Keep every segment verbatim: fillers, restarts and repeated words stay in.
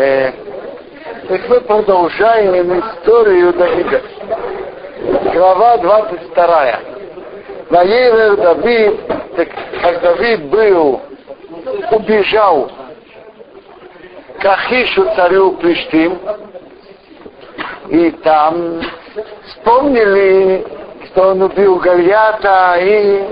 Э, так мы продолжаем историю Давида. Глава двадцать вторая. Ваевер Давид, так как Давид был, убежал к Ахишу, царю Плештим, и там вспомнили, что он убил Голиата, и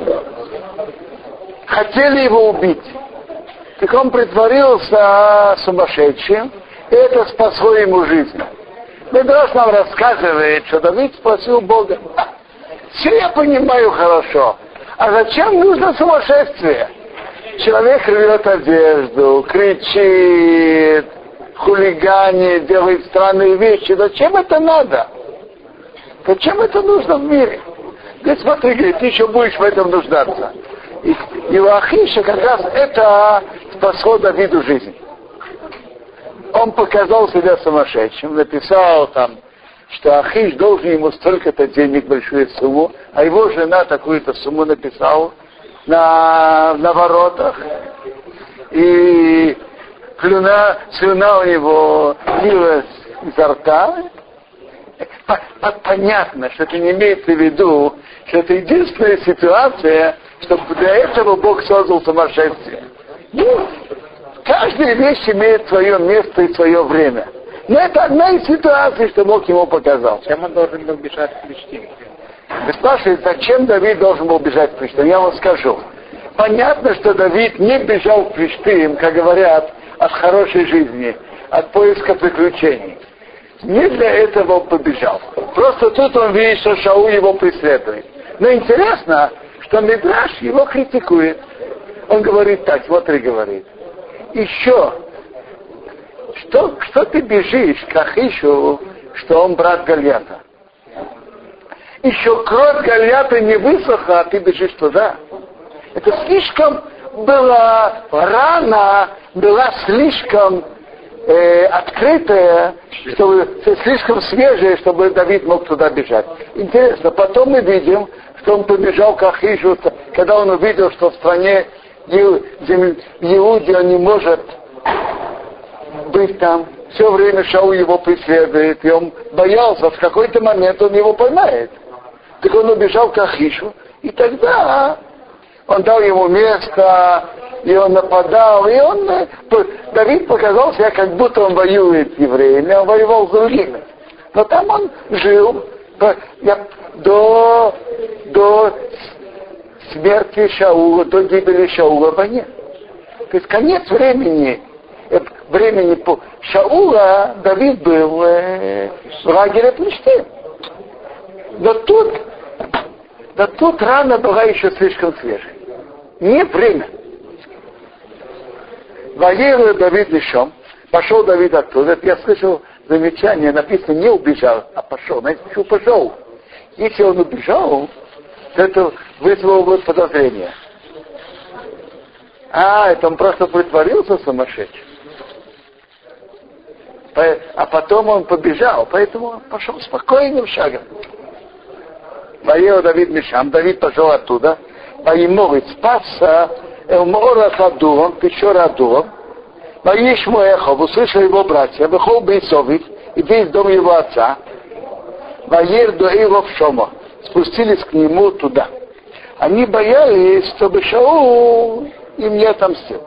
хотели его убить. Так он притворился сумасшедшим, и это спасло ему жизнь. Мидраш нам рассказывает, что Давид спросил Бога: все я понимаю хорошо, а зачем нужно сумасшествие? Человек рвет одежду, кричит, хулиганит, делает странные вещи. Зачем это надо? Зачем это нужно в мире? Говорит, смотри, говорит, ты еще будешь в этом нуждаться. И, и у Ахиша как раз это спасло Давиду жизнь. Он показал себя сумасшедшим, написал там, что Ахиш должен ему столько-то денег, большую сумму, а его жена такую-то сумму написала на, на воротах. И слюна, слюна у него лилась изо рта. Понятно, что это не имеется в виду, что это единственная ситуация, чтобы для этого Бог создал сумасшествие. Ну, каждая вещь имеет свое место и свое время. Но это одна из ситуаций, что Бог ему показал. Зачем он должен был бежать в Плештим? Вы спрашиваете, зачем Давид должен был бежать в Плештим? Я вам скажу. Понятно, что Давид не бежал в Плештим, как говорят, от хорошей жизни, от поиска приключений. Не для этого он побежал. Просто тут он видит, что Шауль его преследует. Но интересно, что Мидраш его критикует. Он говорит так, смотри, говорит. Еще, что, что ты бежишь к Ахишу, что он брат Голиата? Еще кровь Голиата не высохла, а ты бежишь туда. Это слишком была рана, была слишком э, открытая, чтобы, слишком свежая, чтобы Давид мог туда бежать. Интересно, потом мы видим, что он побежал к Ахишу, когда он увидел, что в стране Иуде он не может быть там. Все время Шауль его преследует, и он боялся, в какой-то момент он его поймает. Так он убежал к Ахишу, и тогда он дал ему место, и он нападал, и он, Давид показал себя, как будто он воюет с евреями, он воевал с другими. Но там он жил до, до смерти Шаула, до гибели Шаула в войне. То есть конец времени, времени Шаула Давид был э, в лагере Плештим. Но тут, да тут рана была еще слишком свежей. Не время. Воевал Давид лишом, пошел Давид оттуда. Я слышал замечание, написано, не убежал, а пошел. Знаете, почему пошел? Если он убежал, то это вызвало бы подозрение. А, это он просто притворился сумасшедшим. А потом он побежал, поэтому он пошел спокойным шагом. Воевал Давид Мишам, Давид пошел оттуда, воемовый спасся, Элмора Садуром, пещера Адуром, Воишму Эхов, услышал его братья, выхол Бейсовит, и весь дом его отца, Воер до Эйлов Шомо, спустились к нему туда. Они боялись, чтобы Шаул им не отомстил.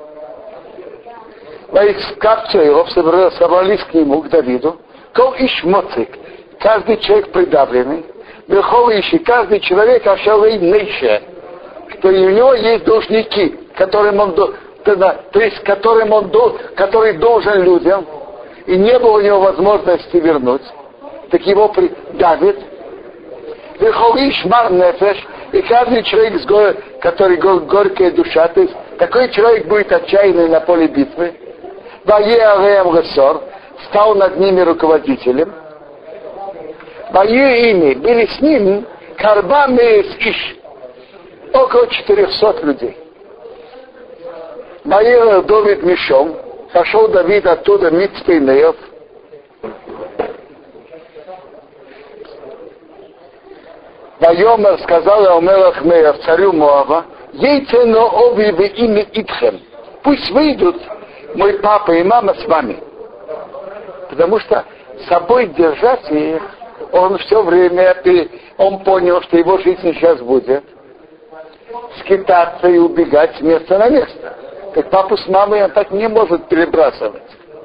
Воискапцеев собрались к нему, к Давиду, Кол Ишмоцик, каждый человек придавленный, Верхов ищи, каждый человек ошалый нейше, что у него есть должники, которым он, то есть которым он, который должен людям, и не было у него возможности вернуть, так его придавит. Верхов ищ мар нефеш, и каждый человек, который горькая душа, то есть такой человек будет отчаянный на поле битвы. Ваеавеем Гасор, стал над ними руководителем. Ваю ими, были с ним карбами иш, около четырехсот людей. Воевал Давид мешом, пошел Давид оттуда Мицпейнеев. Вайомер сказал Аумелах Меев, царю Моава, ейте но оби вы ими итхем, пусть выйдут мой папа и мама с вами. Потому что собой держать их, он все время, он понял, что его жизнь сейчас будет скитаться и убегать с места на место. Как папу с мамой он так не может перебрасывать.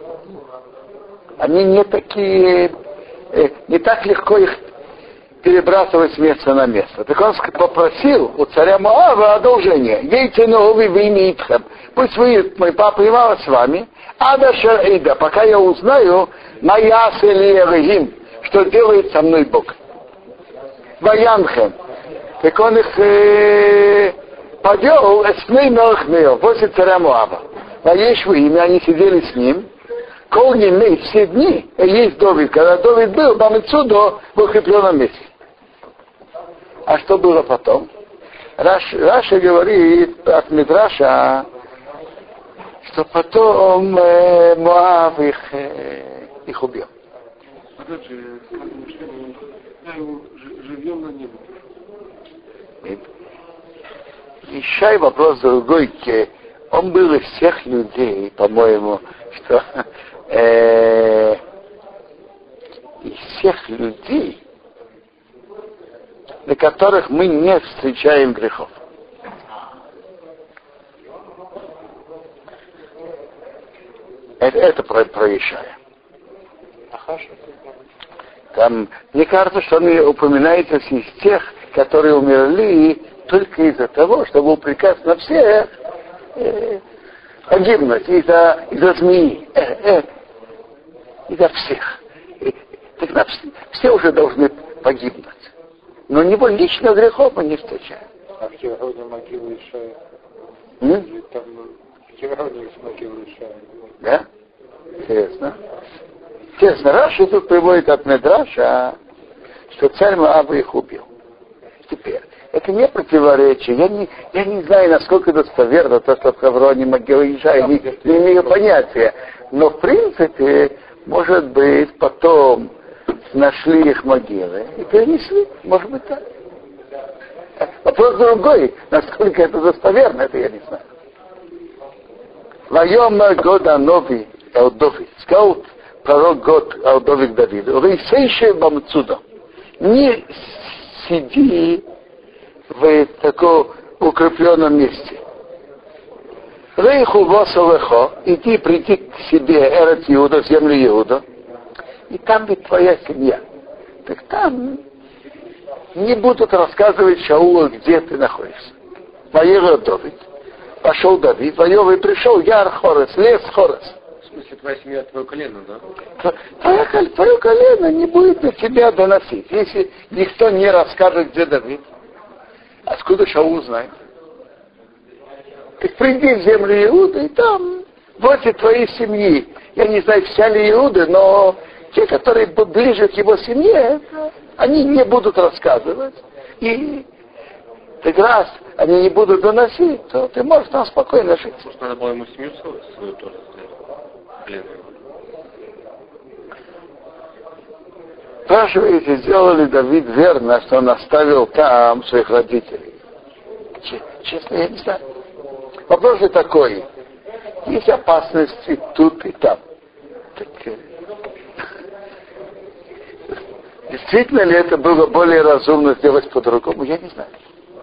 Они не такие, не так легко их перебрасывать с места на место. Так он попросил у царя Моава одолжение. Ейте новый в имя Итхем. Пусть вы, мой папа и мама с вами, ада шарида, пока я узнаю, моя селиевым, что делает со мной Бог. Ваянхем. Так он их э, повел эсмей мелхмео, после царя Моава. Воешву имя, они сидели с ним. Кол не все дни, есть Давид. Когда Давид был, там отсюда в укрепленном месте. А что было потом? Раш, Раша говорит от Мидраша, что потом э, Моав их, э, их убил. Опять же, я его живьем на небо. Еще и вопрос другой. Он был из всех людей, по-моему, что э, из всех людей, на которых мы не встречаем грехов. Это, это про, про Ишая. Там, мне кажется, что он упоминается из тех, которые умерли только из-за того, чтобы упрекать на всех э, погибнуть из-за, из-за змеи, э, э, из-за всех. И, так, да, все, все уже должны погибнуть. Но у него личных грехов мы не встречаем. А в Хевроне могилы Ишая? М? Там в Хевроне есть могилы Ишая. Да? Интересно. Интересно, Раши тут приводит от Медраша, что царь Моаба их убил. Теперь, это не противоречие. Я не, я не знаю, насколько достоверно то, что в Хевроне могила Ишая, не, не имею понятия. Но, в принципе, может быть, потом нашли их могилы и перенесли. Может быть, так. Вопрос другой. Насколько это достоверно, это я не знаю. Вайомер года новый Элдовик. Сказал пророк год Элдовик Давиду. Рейсейше бамцуда. Не сиди в таком укрепленном месте. Рейху восовехо. Иди приди к себе Эрет Иуда, в землю Иуда. И там ведь твоя семья. Так там не будут рассказывать Шаулу, где ты находишься. Воевал Давид. Пошел Давид, воевал и пришел Яр Хорес, лес Хорес. В смысле, твоя семья, твое колено, да? Твое, твое колено не будет на тебя доносить. Если никто не расскажет, где Давид, откуда Шаул знает? Так приди в землю Иуды, и там возле твоей семьи. Я не знаю, вся ли Иуда, но те, которые ближе к его семье, они не будут рассказывать. И так раз они не будут доносить, то ты можешь там спокойно жить. Может, надо было ему семью свою тоже сделать? Спрашиваете, сделал ли Давид верно, что он оставил там своих родителей? Честно, я не знаю. Вопрос же такой. Есть опасности тут и там. Так, действительно ли это было более разумно сделать по-другому, я не знаю.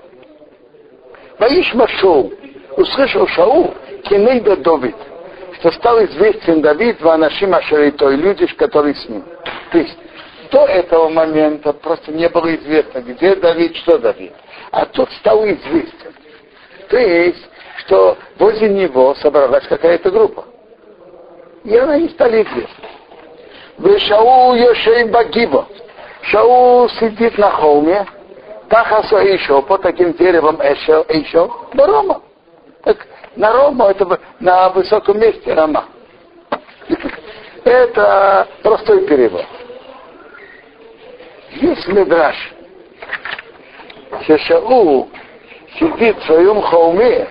Ваишма Шоу, услышал Шаул, Кенейда Давид, что стал известен Давид, Ванашима Шаритой, люди, которые с ним. То есть, до этого момента просто не было известно, где Давид, что Давид. А тут стал известен. То есть, что возле него собралась какая-то группа. И она не стала известна. Вы Шаул Йошей Багиба. Шаул сидит на холме, Тахасо Эйшо, по таким деревом Эйшо, Эйшо, до Рома. Так, на Рома, это на высоком месте Рома. Это простой перевод. Есть Мидраш, что Шаул сидит в своем холме,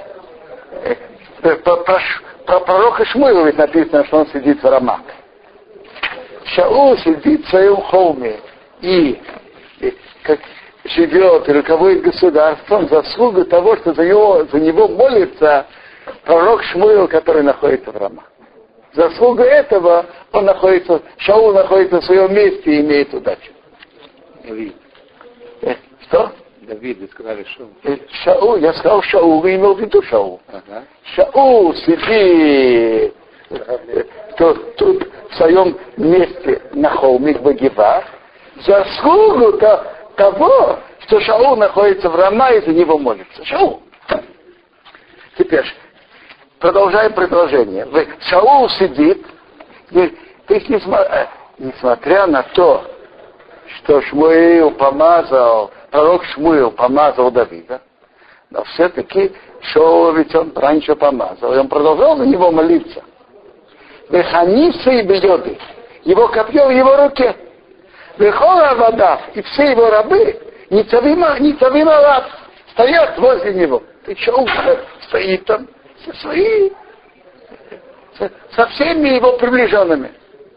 про пророка Шмуила ведь написано, что он сидит в Рома. Шаул сидит в своем холме и, и как живет и руководит государством, заслуга того, что за него, за него молится пророк Шмуил, который находится в Рама. заслуга этого он находится, Шаул находится в своем месте и имеет удачу. Давид. Э, что? Давид, вы сказали Шаул. Э, Шаул, я сказал Шаул, и имел в виду Шаул. Ага. Шаул сидит э, тут, тут в своем месте на холме в Багивах. Заслугу -то, того, что Шаул находится в Рама и за него молится. Шаул. Теперь, продолжаем предложение. Шаул сидит, то есть, несмотря на то, что Шмуил помазал, пророк Шмуил помазал Давида, но все-таки Шаул ведь он раньше помазал, и он продолжал за него молиться. Веханиса и бьёды, его копье в его руке. Вехора вода, и все его рабы, Ницавима, Ницавима раб, стоят возле него. Ты Шаул стоит там со своими, со, со всеми его приближенными.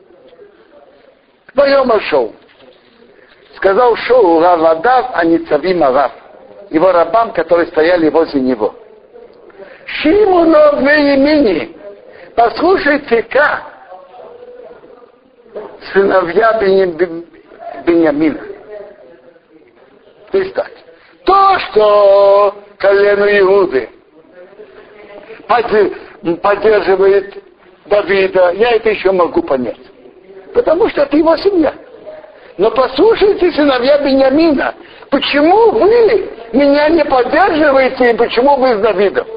Вдвоем шел. Сказал Шоу Равадав, а Ницавим Арав, его рабам, которые стояли возле него. Шимонов Веемини, послушайте-ка, сыновья Беньямина. То есть так. То, что колено Иуды поддерживает Давида, я это еще могу понять. Потому что это его семья. Но послушайте, сыновья Беньямина, почему вы меня не поддерживаете и почему вы с Давидом?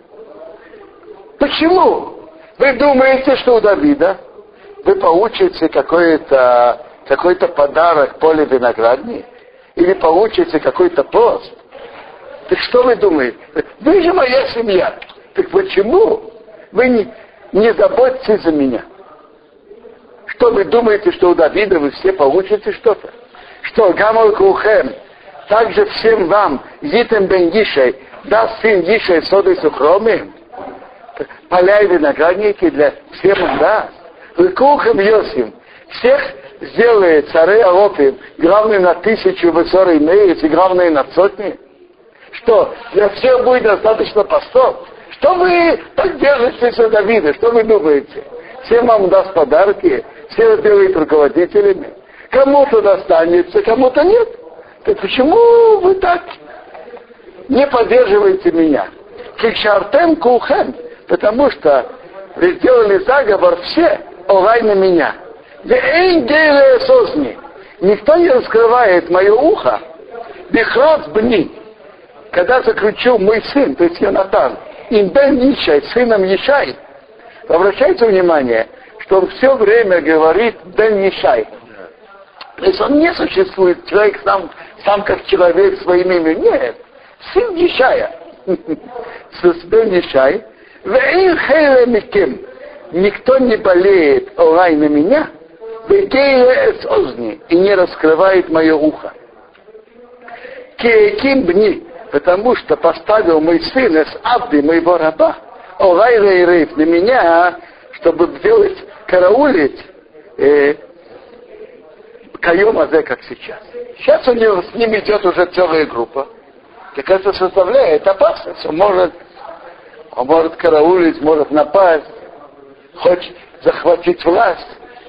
Почему? Вы думаете, что у Давида вы получите какой-то, какой-то подарок поле виноградней? Или получите какой-то пост? Так что вы думаете? Вы же моя семья. Так почему вы не, не заботитесь за меня? Что вы думаете, что у Давида вы все получите что-то? Что Гамал Кухем, также всем вам, Зитем бен Дишей, даст сын Дишей соды сухроми, поля и виноградники для всем он даст. Вы Кухем Йосим, всех сделает царей Алопим, главный на тысячу высоры имеет, и главный на сотни. Что, для всех будет достаточно постов? Что вы так держитесь за Давида? Что вы думаете? Всем вам даст подарки, все сделают руководителями. Кому-то достанется, кому-то нет. Так почему вы так не поддерживаете меня? Кикшартем кухем, потому что вы сделали заговор все, орай на меня. Никто не раскрывает мое ухо. Бихрот бни, когда заключил мой сын, то есть Йонатан, Инбен Ишай, сыном Ишай. Обращайте внимание, что он все время говорит Бен Ишай. То есть он не существует, человек сам, сам как человек своим именем. Нет, сын Ишая. С Бен Ишай. Вэйн хейле микем. Никто не болеет орай на меня, и не раскрывает мое ухо. Кееким бни, потому что поставил мой сын из Абды, моего раба, орай рейрейф на меня, чтобы делать, караулить э, кайом азе, как сейчас. Сейчас у него с ним идет уже целая группа. Так это составляет опасность. Он может, он может караулить, может напасть, хочет захватить власть.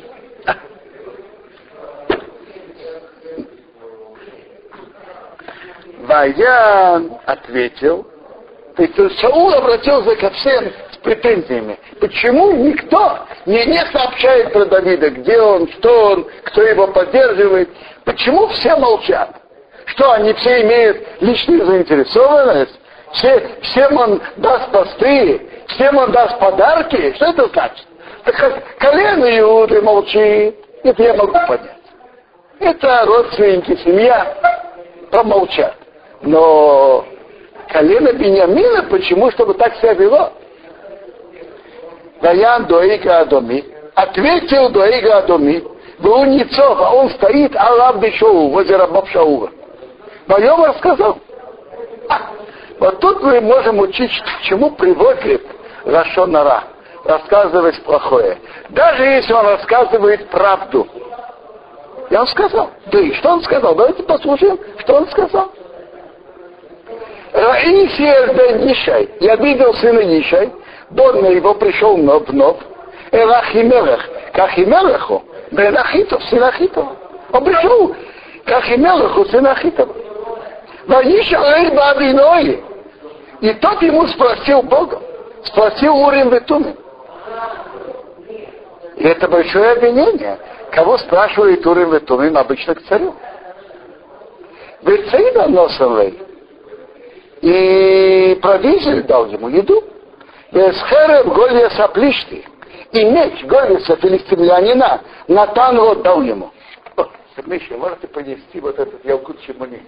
Ваян ответил, то есть Шаул обратился ко всем с претензиями. Почему никто мне не сообщает про Давида, где он, что он, кто его поддерживает? Почему все молчат? Что, они все имеют личную заинтересованность? Все, всем он даст посты, всем он даст подарки? Что это значит? Так колено Иуды молчит. Это я могу понять. Это родственники, семья помолчат. Но колено Беньямина, почему, чтобы так себя вело? Ваян Доига Адоми, ответил Доига Адоми, был Ницов, а он стоит, Алаб Бешоу, возле рабов Шаула. Вайом рассказал. А, вот тут мы можем учить, к чему приводит Лашон ара, рассказывать плохое. Даже если он рассказывает правду. И он сказал. Да и что он сказал? Давайте послушаем, что он сказал. Раисиэль бен Ишай. Я видел сына Ишай. Бон на его пришел вновь. Эл Ахимелех, к Ахимелеху, бен Ахитов, сын Ахитова. Он пришел к Ахимелеху, сын Ахитова. Ваишел Эль Бабиной. И тот ему спросил Бога, спросил Урим и Тумим. И это большое обвинение. Кого спрашивает Урим и Тумим? Обычно к царю. Вецейда носовый. И провизию дал ему, еду. Весхерев Гольеса Плишти. И меч Гольеса филистимлянина Натан вот дал ему. О, Миша, можете понести вот этот Ялкут Шимони?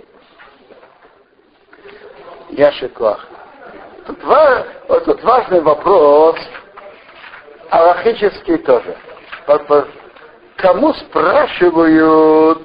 Яшикох. Тут, вот тут важный вопрос, алахический тоже. Кому спрашивают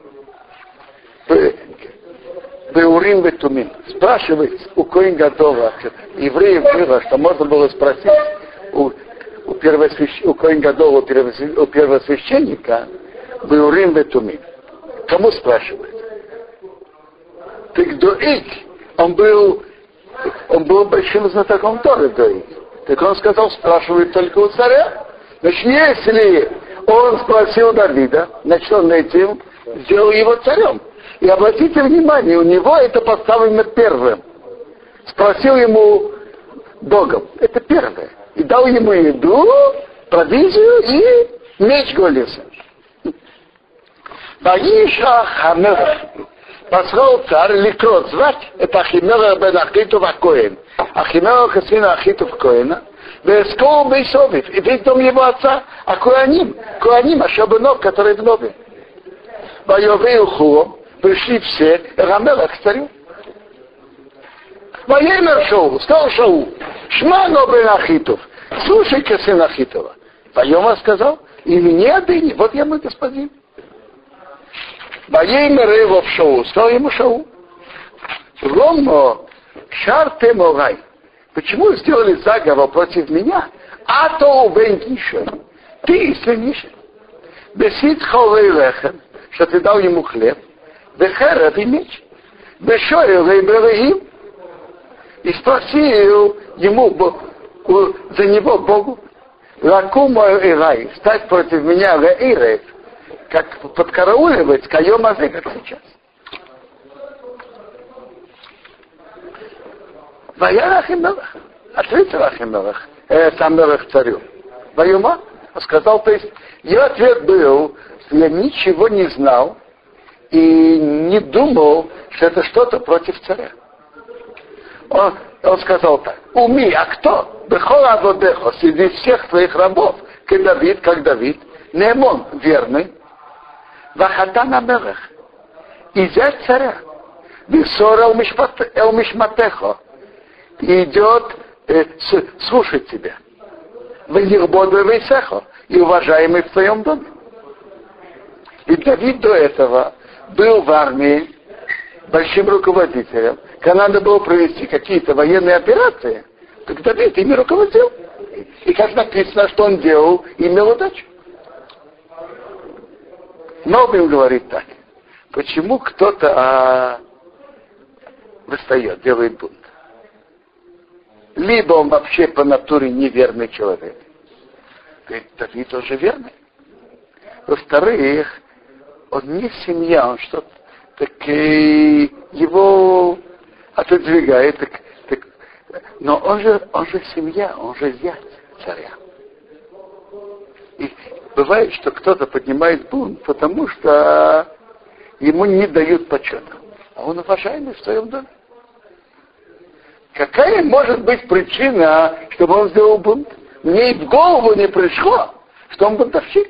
Беурим Бетумим? Спрашивает у Коэн Гадола, евреев было, что можно было спросить у, у, первосвящ... у Коэн Гадола, у первосвященника Беурим Бетумим. Кому спрашивают? Ты Доик, он был Он был большим знатоком Торы, Доик. Так он сказал, спрашивает только у царя. Значит, если он спросил Давида, значит, он этим сделал его царем. И обратите внимание, у него это поставлено первым. Спросил ему Богом. Это первое. И дал ему еду, провизию и меч Голиса. Ваиша Хамелех. Послал царь Ликрот звать, это Ахимелех бен Ахитов Коэн. Ахимелех сына Ахитов Коэна. Вескол Бейсовит. И весь дом его отца, а Коаним, Коаним, Ашабанов, который в Нове. Воевые Хулом, пришли все, Рамелех к царю. Воемер Шоу, сказал Шоу, Шмано бен Ахитов, слушай-ка сын Ахитова. Воема сказал, и мне отныне, вот я мой господин. Воемер его в Шоу, сказал ему Шоу. Ромо, шарте морай. Почему сделали заговор против меня? А то убейгиша. Ты исследишь. Бесит холей лехем, что ты дал ему хлеб. Бехерев и меч. Бешоил и берегим. И спросил ему за него Богу. Лакумо ирай. Стать против меня лаирев. Как подкарауливать каем азы, как сейчас. Ваяр Ахимелех. Ответил Ахимелех. Э, сам Мелех царю. Ваюма. Сказал, то есть, его ответ был, что я ничего не знал и не думал, что это что-то против царя. Он, он сказал так. Уми, а кто? Бехола Водехо, среди всех твоих рабов, как Давид, как Давид, Немон, верный, Вахатана Мелех, и зять царя, Бисора Элмишматехо, идет э, с, слушать тебя. Венирбоду Вейсехо, и уважаемый в твоем доме. И Давид до этого был в армии большим руководителем. Когда надо было провести какие-то военные операции, так Давид ими руководил. И как написано, что он делал, имел удачу. Новым говорит так. Почему кто-то а, восстает, делает бунт? Либо он вообще по натуре неверный человек. Говорит, Давид тоже верный. Во-вторых, он не семья, он что-то так и его отодвигает. Так, так, но он же, он же семья, он же зять царя. И бывает, что кто-то поднимает бунт, потому что ему не дают почета. А он уважаемый в своем доме. Какая может быть причина, чтобы он сделал бунт? Мне и в голову не пришло, что он бунтовщик.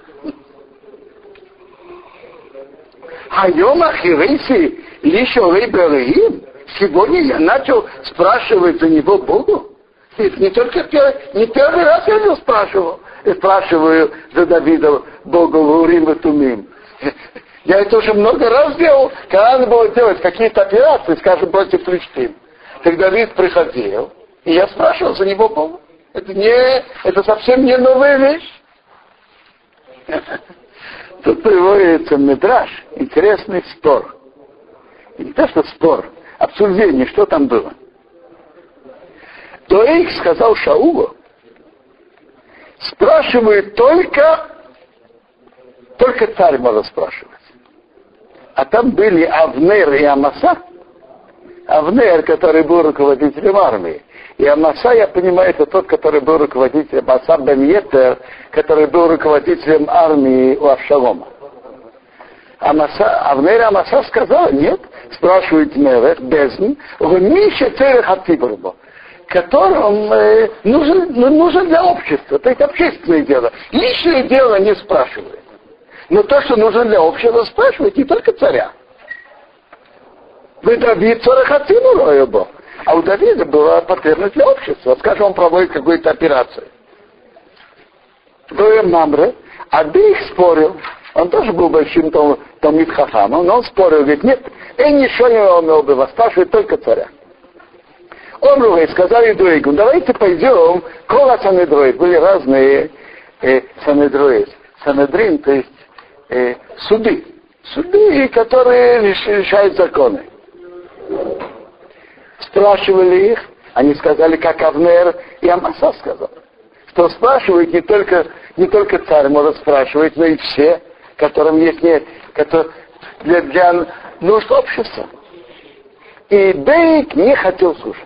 Хайом Ахириси лишил Рейберегим. Сегодня я начал спрашивать за него Богу. Не только первый, не первый раз я его спрашивал. Я спрашиваю за Давида Богу в Урим и Тумим. Я это уже много раз делал, когда надо было делать какие-то операции, скажем, против Филистим. Так Давид приходил, и я спрашивал за него Бога. Это не, это совсем не новая вещь. Тут приводится Мидраш, интересный спор. И не то, что спор, обсуждение, что там было. Доик сказал Шаулу, спрашивает только, только царь может спрашивать. А там были Авнер и Амаса. Авнер, который был руководителем армии. И Амаса, я понимаю, это тот, который был руководителем, Аса бен Етер, который был руководителем армии у Авшалома. Амаса, Авнер и Амаса сказал, нет, спрашивает Мелех, Безн, Миша Церех Атибурбо, которым э, нужен, нужен для общества, то есть общественное дело. Личное дело не спрашивает. Но то, что нужно для общества, спрашивает не только царя. Вы Давид Церех Атибурбо. А у Давида была потребность для общества. Скажем, он проводит какую-то операцию. Доем Мамре, а Бейх спорил. Он тоже был большим Талмид Хахамом, но он спорил, говорит, нет, я ничего не умел бы вас, спрашивает только царя. Он другой сказали Дуэгу, давайте пойдем, кола Санедроид, были разные э, Санедроид, Санедрин, то есть э, суды, суды, которые решают законы. Спрашивали их, они сказали, как Авнер и Амаса сказал, что спрашивают не только, не только царь может спрашивать, но и все, которым есть не, который, для, для нужд общества. И Бейк не хотел слушать.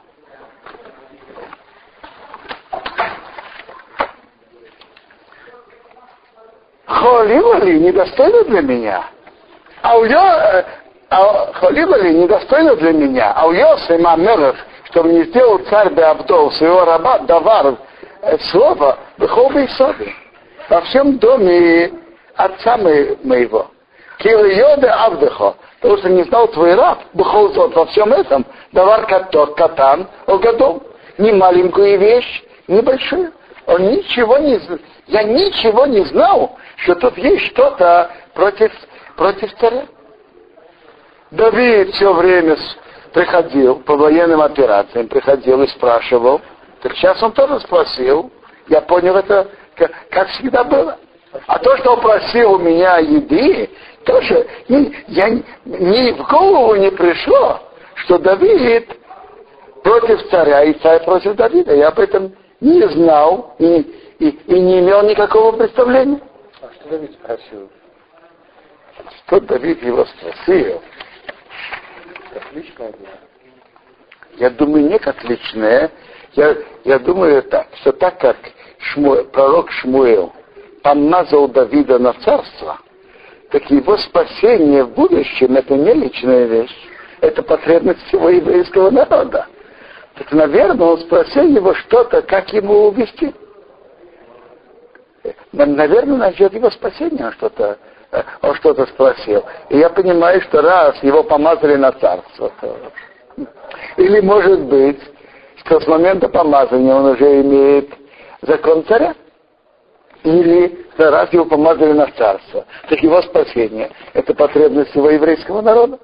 Холивали недостойно для меня. А у Йо, а, Холивали недостойно для меня. А у Йосема Мелех, чтобы не сделал царь Беабдол своего раба, давар слово, выховый и соби. Во всем доме отца моего. Килайоде Авдехо, потому что не знал твой раб, бухолзот во всем этом, давар катан, огадом. Ни маленькую вещь, ни большую. Он ничего не знал. Я ничего не знал, что тут есть что-то против, против царя. Давид все время приходил по военным операциям, приходил и спрашивал. Так сейчас он тоже спросил. Я понял это, как, как всегда было. А то, что он просил у меня еды, тоже ни, я, ни в голову не пришло, что Давид против царя и царь против Давида. Я об этом не знал и, и, и не имел никакого представления. А что Давид спросил? Что Давид его спросил? Как личное дело? Я думаю, не как личное. Я, я думаю так, что так как Шму, пророк Шмуэл помазал Давида на царство, так его спасение в будущем это не личная вещь, это потребность всего еврейского народа. Так, наверное, он спросил его что-то, как ему увести. Наверное, насчет его спасения он что-то, он что-то спросил. И я понимаю, что раз его помазали на царство, то... или, может быть, что с момента помазания он уже имеет закон царя. Или раз его помазали на царство, так его спасение – это потребность всего еврейского народа.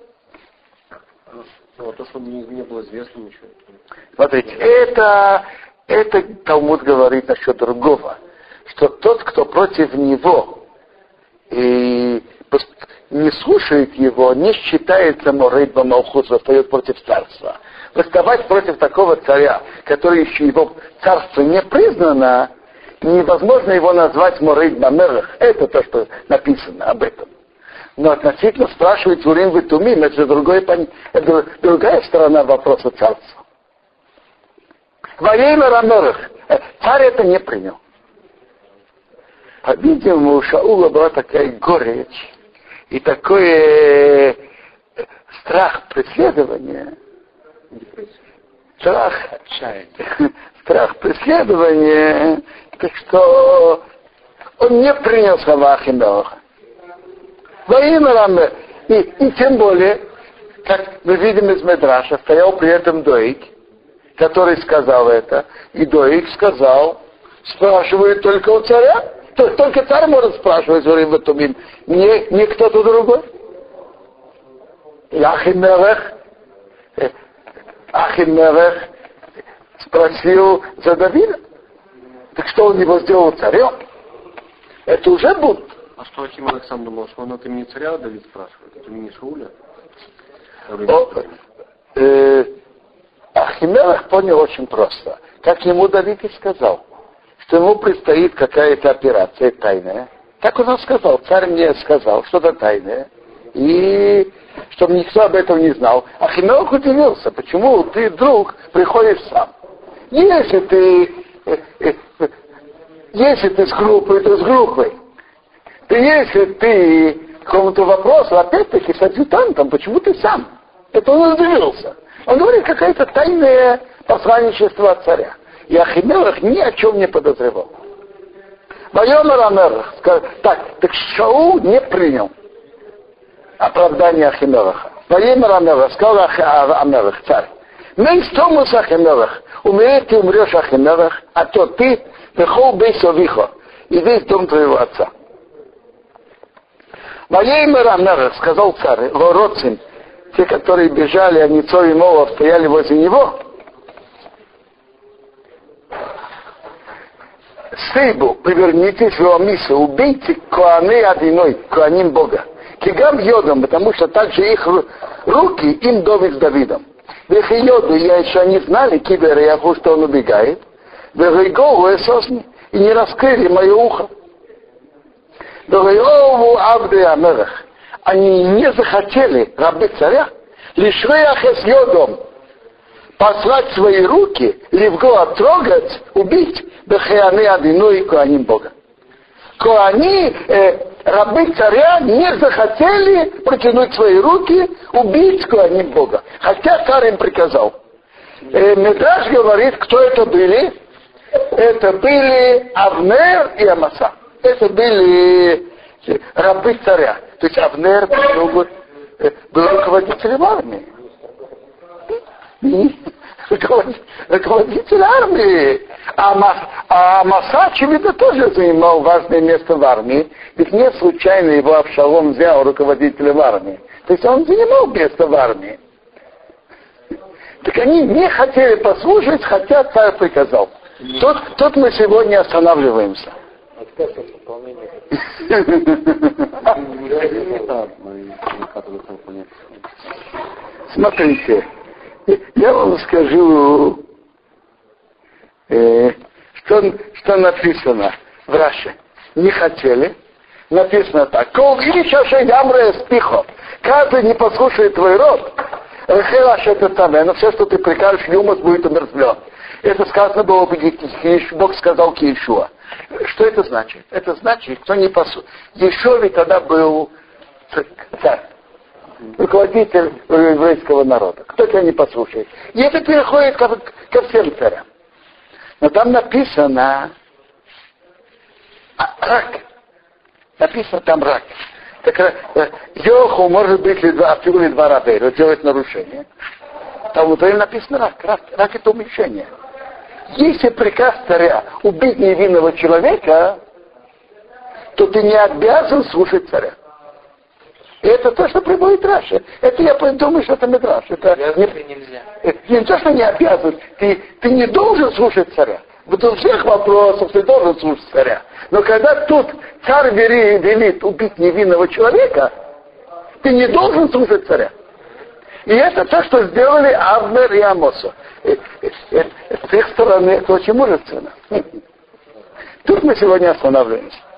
А то, чтобы не, не было известно ничего. Смотрите, это, это Талмуд говорит насчет другого, что тот, кто против него и не слушает его, не считается морейт бамалхус, восстает против царства. Восставать против такого царя, который еще его царство не признано, невозможно его назвать морейт бамелех. Это то, что написано об этом. Но относительно спрашивать Урим Витумим, это, другой, это другая сторона вопроса царства. Во имя Рамелех. Царь это не принял. По-видимому, у Шаула была такая горечь и такой страх преследования. Страх, страх преследования, так что он не принял слова Ахимелеха. Во имя Рамелех. И, и тем более, как мы видим из Медраша, стоял при этом Доик, который сказал это, и Доик сказал, спрашивает только у царя, только царь может спрашивать Урим Витумим, не, не кто-то другой. И Ахимелех, Ахимелех спросил за Давида. Так что он его сделал царем? Это уже бунт. А что Ахимелех сам думал, что он от имени царя Давид спрашивает, от имени Шауля? Э, Ахимелех понял очень просто. Как ему Давид и сказал, что ему предстоит какая-то операция тайная. Так он сказал, царь мне сказал, что-то тайное. И чтобы никто об этом не знал. Ахимелах удивился, почему ты вдруг приходишь сам. Если ты, э, э, э, если ты с группой, то с группой. Ты, если ты к какому-то вопросу, опять-таки с адъютантом, почему ты сам? Это он удивился. Он говорит, какое-то тайное посланничество от царя. И Ахимелах ни о чем не подозревал. Вайомер Амелах, так, так Шаул не принял оправдание Ахимелаха. Вайомер Амелах, сказал Амелах, царь. Мейс Томус Ахимелах, умереть ты умрешь, Ахимелах, а то ты, Бехол Бейсовихо, и весь дом твоего отца. Вайомер Амелах, сказал царь, Лороцин, те, которые бежали, а Ницо и Молов стояли возле него, Сейбу, повернитесь в Омису, убейте Коаны одиной, Коаним Бога. Кигам Йодом, потому что также их руки им Довид с Давидом. Вех и Йоду, я еще не знали, Кибер и Яху, что он убегает. Вех и Гову и Сосни, и не раскрыли мое ухо. Вех и Ову Абды Амелах. Они не захотели, рабы царя, лишь Реахес Йодом, послать свои руки, Ливго трогать, убить, Бехеаны Адину и Коаним Бога. Коани, э, рабы царя, не захотели протянуть свои руки, убить Коаним Бога. Хотя царь им приказал. Э, Медраш говорит, кто это были? Это были Авнер и Амаса. Это были рабы царя. То есть Авнер был, э, был руководителем армии. Руководитель армии. А, Мас, а Маса, очевидно, тоже занимал важное место в армии. Ведь не случайно его Авшалом взял руководителем армии. То есть он занимал место в армии. Так они не хотели послушать, хотя царь приказал. Тут, тут мы сегодня останавливаемся. Смотрите. Я вам скажу, э, что, что написано в Раши. Не хотели. Написано так. Кол Ильича Ямре Спихо. Каждый не послушает твой род. Рахелаш это самое. Но все, что ты прикажешь, Юмас будет умертвлен. Это сказано было, Бог сказал Киешуа. Что это значит? Это значит, кто не послушает. Ешуа ведь тогда был царь. Руководитель еврейского народа. Кто тебя не послушает? И это переходит ко, ко всем царям. Но там написано а, рак. Написано там рак. Так Йоху может быть ли два, всего ли два раба, делать нарушение. Там вот написано рак. Рак, рак это уменьшение. Если приказ царя убить невинного человека, то ты не обязан слушать царя. И это то, что приводит Раши. Это я думаю, что это Мидраш. Это не, нельзя. Это не то, что не обязан. Ты, ты не должен слушать царя. В всех вопросах ты должен слушать царя. Но когда тут царь велит убить невинного человека, ты не должен слушать царя. И это то, что сделали Авнер и Амоса. С их стороны это очень мужественно. Тут мы сегодня останавливаемся.